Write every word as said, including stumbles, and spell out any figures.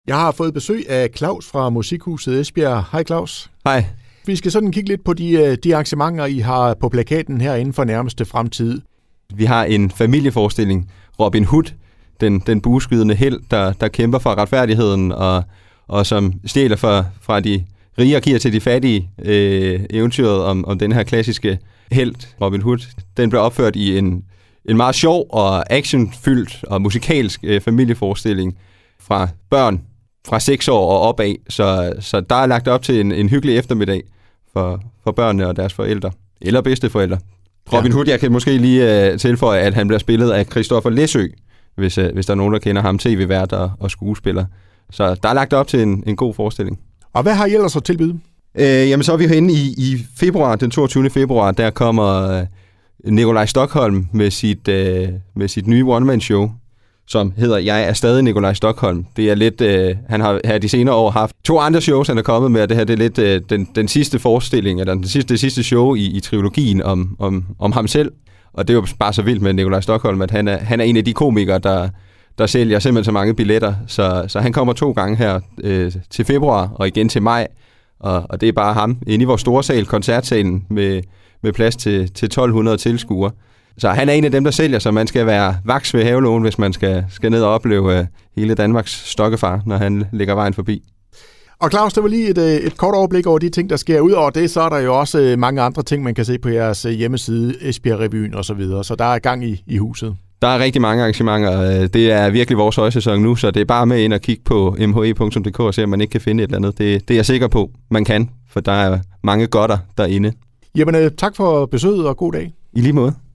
Jeg har fået besøg af Claus fra Musikhuset Esbjerg. Hej Claus. Hej. Vi skal sådan kigge lidt på de, de arrangementer, I har på plakaten her inden for nærmeste fremtid. Vi har en familieforestilling, Robin Hood, den, den bueskydende helt, der, der kæmper for retfærdigheden og, og som stjæler fra, fra de rige og giver til de fattige. Øh, eventyret om, om den her klassiske helt, Robin Hood, den blev opført i en, en meget sjov og actionfyldt og musikalsk øh, familieforestilling fra børn fra seks år og opad. Så, så der er lagt op til en, en hyggelig eftermiddag for, for børnene og deres forældre. Eller bedsteforældre. Robin Hood, jeg kan måske lige uh, tilføje, at han bliver spillet af Christoffer Læsø, hvis, uh, hvis der er nogen, der kender ham, tv-vært og, og skuespiller. Så der er lagt op til en, en god forestilling. Og hvad har I ellers at tilbyde? Uh, jamen, så er vi herinde i, i februar, den toogtyvende februar, der kommer uh, Nikolaj Stokholm med sit, uh, med sit nye one-man-show, som hedder Jeg er stadig Nikolaj Stokholm. Det er lidt, øh, han har her de senere år haft to andre shows, han er kommet med, og det her det er lidt øh, den, den sidste forestilling, eller den sidste, det sidste show i, i trilogien om, om, om ham selv. Og det er jo bare så vildt med Nikolaj Stokholm, at han er, han er en af de komikere, der, der sælger simpelthen så mange billetter. Så, så han kommer to gange her øh, til februar, og igen til maj, og, og det er bare ham inde i vores store sal, koncertsalen, med, med plads til, til tolv hundrede tilskuere. Så han er en af dem, der sælger, så man skal være vaks ved havelågen, hvis man skal, skal ned og opleve uh, hele Danmarks stokkefar, når han ligger vejen forbi. Og Claus, det var lige et, et kort overblik over de ting, der sker. Ud over det, så er der jo også mange andre ting, man kan se på jeres hjemmeside, Esbjerg Revyen og så videre. Så der er gang i, i huset. Der er rigtig mange arrangementer. Det er virkelig vores højsæson nu, så det er bare med ind og kigge på m h e punktum d k og se, om man ikke kan finde et eller andet. Det, det er jeg sikker på, man kan, for der er mange godter derinde. Jamen, tak for besøget og god dag. I lige måde.